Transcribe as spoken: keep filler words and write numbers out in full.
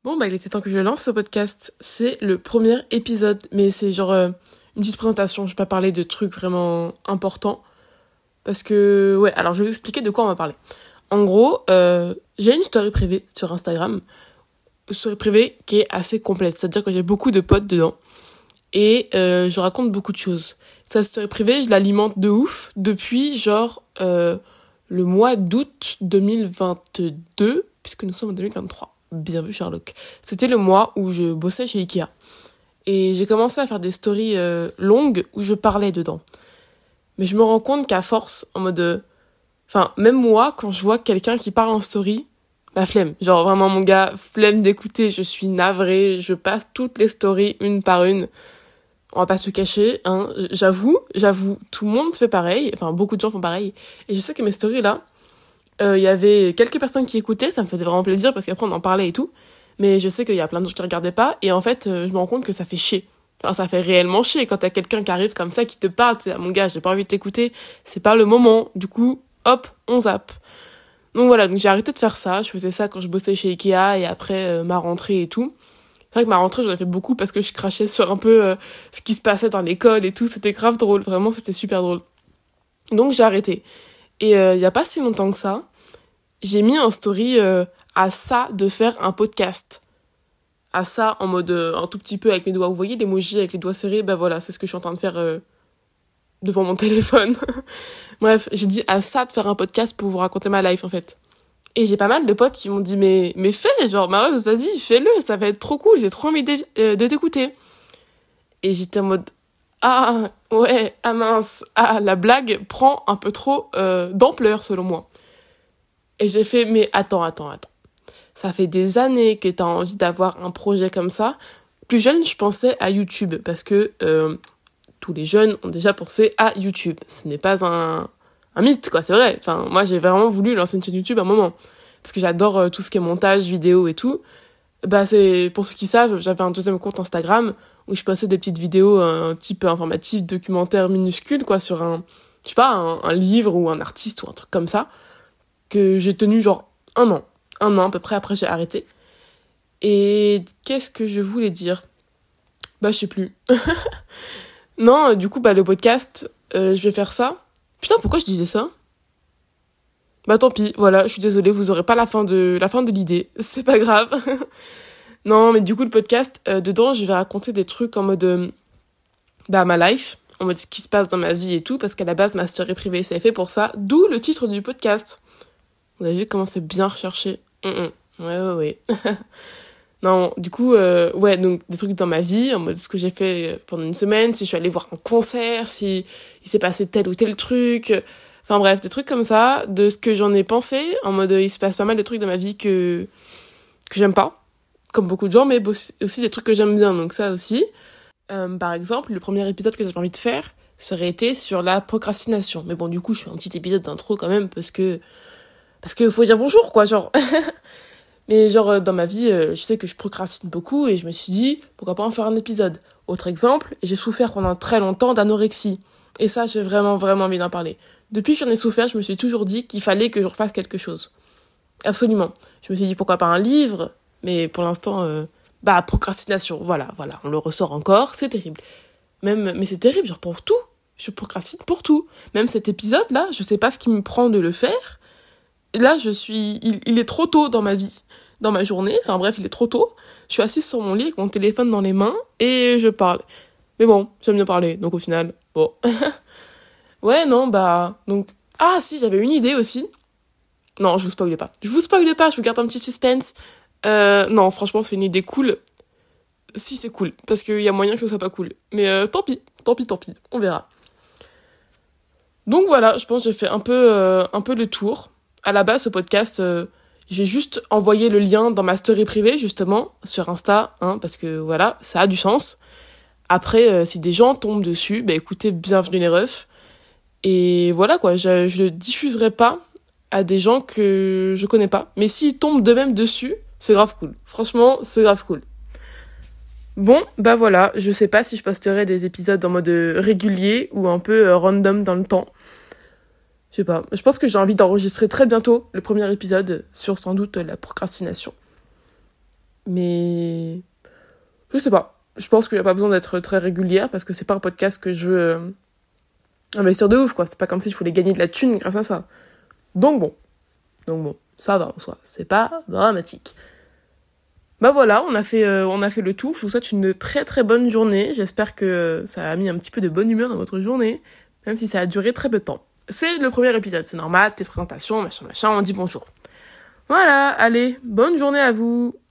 Bon, bah, il était temps que je lance ce podcast. C'est le premier épisode, mais c'est genre euh, une petite présentation. Je vais pas parler de trucs vraiment importants. Parce que, ouais, alors je vais vous expliquer de quoi on va parler. En gros, euh, j'ai une story privée sur Instagram. Une story privée qui est assez complète. C'est-à-dire que j'ai beaucoup de potes dedans. Et euh, je raconte beaucoup de choses. Cette story privée, je l'alimente de ouf depuis genre euh, le mois d'août deux mille vingt-deux, puisque nous sommes en deux mille vingt-trois. Bien vu Sherlock. C'était le mois où je bossais chez Ikea. Et j'ai commencé à faire des stories euh, longues où je parlais dedans. Mais je me rends compte qu'à force, en mode... euh, Enfin, même moi, quand je vois quelqu'un qui parle en story, bah flemme. Genre vraiment mon gars, flemme d'écouter, je suis navrée, je passe toutes les stories une par une. On va pas se cacher, hein. J'avoue, j'avoue, tout le monde fait pareil. Enfin, beaucoup de gens font pareil. Et je sais que mes stories là, il euh, y avait quelques personnes qui écoutaient, ça me faisait vraiment plaisir parce qu'après on en parlait et tout. Mais je sais qu'il y a plein de gens qui regardaient pas. Et en fait, euh, je me rends compte que ça fait chier. Enfin, ça fait réellement chier quand t'as quelqu'un qui arrive comme ça, qui te parle. Tu sais, mon gars, j'ai pas envie de t'écouter. C'est pas le moment. Du coup, hop, on zappe. Donc voilà, donc j'ai arrêté de faire ça. Je faisais ça quand je bossais chez Ikea et après euh, ma rentrée et tout. C'est vrai que ma rentrée, j'en ai fait beaucoup parce que je crachais sur un peu euh, ce qui se passait dans l'école et tout. C'était grave drôle. Vraiment, c'était super drôle. Donc j'ai arrêté. Et il euh, y a pas si longtemps que ça, j'ai mis en story euh, à ça de faire un podcast. À ça, en mode euh, un tout petit peu avec mes doigts. Vous voyez l'emoji avec les doigts serrés? Ben voilà, c'est ce que je suis en train de faire euh, devant mon téléphone. Bref, j'ai dit à ça de faire un podcast pour vous raconter ma life, en fait. Et j'ai pas mal de potes qui m'ont dit, mais, mais fais, genre, Maros, vas-y, fais-le, ça va être trop cool, j'ai trop envie de, euh, de t'écouter. Et j'étais en mode, ah, ouais, ah mince, ah, la blague prend un peu trop euh, d'ampleur, selon moi. Et j'ai fait, mais attends, attends, attends. Ça fait des années que t'as envie d'avoir un projet comme ça. Plus jeune, je pensais à YouTube, parce que euh, tous les jeunes ont déjà pensé à YouTube. Ce n'est pas un, un mythe, quoi, c'est vrai. Enfin, moi, j'ai vraiment voulu lancer une chaîne YouTube à un moment. Parce que j'adore euh, tout ce qui est montage, vidéo et tout. Bah, c'est, pour ceux qui savent, j'avais un deuxième compte Instagram où je postais des petites vidéos, un type informatif, documentaire minuscule, quoi, sur un, je sais pas, un, un livre ou un artiste ou un truc comme ça, que j'ai tenu genre un an. Un an à peu près, après j'ai arrêté. Et qu'est-ce que je voulais dire? Bah, je sais plus. Non, euh, du coup, bah, le podcast, euh, je vais faire ça. Putain, pourquoi je disais ça? Bah, tant pis, voilà, je suis désolée, vous aurez pas la fin de, la fin de l'idée. C'est pas grave. Non, mais du coup, le podcast, euh, dedans, je vais raconter des trucs en mode, euh, bah, ma life, en mode ce qui se passe dans ma vie et tout, parce qu'à la base, ma story privée, c'est fait pour ça, d'où le titre du podcast. Vous avez vu comment c'est bien recherché? Mm-mm. Ouais, ouais, ouais. Non, du coup, euh, ouais, donc des trucs dans ma vie, en mode ce que j'ai fait pendant une semaine, si je suis allée voir un concert, si il s'est passé tel ou tel truc. Enfin bref, des trucs comme ça, de ce que j'en ai pensé, en mode il se passe pas mal de trucs dans ma vie que, que j'aime pas, comme beaucoup de gens, mais aussi des trucs que j'aime bien, donc ça aussi. Euh, par exemple, le premier épisode que j'avais envie de faire serait été sur la procrastination. Mais bon, du coup, je fais un petit épisode d'intro quand même, parce que... Parce que faut dire bonjour, quoi, genre... Mais genre, dans ma vie, je sais que je procrastine beaucoup et je me suis dit, pourquoi pas en faire un épisode. Autre exemple, j'ai souffert pendant très longtemps d'anorexie. Et ça, j'ai vraiment, vraiment envie d'en parler. Depuis que j'en ai souffert, je me suis toujours dit qu'il fallait que je refasse quelque chose. Absolument. Je me suis dit, pourquoi pas un livre? Mais pour l'instant, euh, bah, procrastination. Voilà, voilà, on le ressort encore, c'est terrible. Même, mais c'est terrible, genre pour tout. Je procrastine pour tout. Même cet épisode-là, je sais pas ce qui me prend de le faire. Là, je suis, il, il est trop tôt dans ma vie, dans ma journée. Enfin bref, il est trop tôt. Je suis assise sur mon lit avec mon téléphone dans les mains et je parle. Mais bon, j'aime bien parler, donc au final, bon. Ouais, non, bah, donc... Ah si, j'avais une idée aussi. Non, je vous spoile pas. Je vous spoile pas, je vous garde un petit suspense. Euh, non, franchement, c'est une idée cool. Si, c'est cool, parce qu'il y a moyen que ce soit pas cool. Mais euh, tant pis, tant pis, tant pis, on verra. Donc voilà, je pense que j'ai fait un peu, euh, un peu le tour. À la base, ce podcast, euh, j'ai juste envoyé le lien dans ma story privée, justement, sur Insta, hein, parce que voilà, ça a du sens. Après, euh, si des gens tombent dessus, bah écoutez, bienvenue les refs. Et voilà quoi, je, je le diffuserai pas à des gens que je connais pas. Mais s'ils tombent d'eux-mêmes dessus, c'est grave cool. Franchement, c'est grave cool. Bon, bah voilà, je sais pas si je posterai des épisodes en mode régulier ou un peu euh, random dans le temps. Je sais pas, je pense que j'ai envie d'enregistrer très bientôt le premier épisode sur sans doute la procrastination. Mais je sais pas. Je pense qu'il n'y a pas besoin d'être très régulière parce que c'est pas un podcast que je veux euh, investir de ouf, quoi. C'est pas comme si je voulais gagner de la thune grâce à ça. Donc bon. Donc bon, ça va en soi. C'est pas dramatique. Bah voilà, on a fait, euh, on a fait le tout. Je vous souhaite une très très bonne journée. J'espère que ça a mis un petit peu de bonne humeur dans votre journée, même si ça a duré très peu de temps. C'est le premier épisode, c'est normal, petite présentation, machin machin, on dit bonjour. Voilà, allez, bonne journée à vous.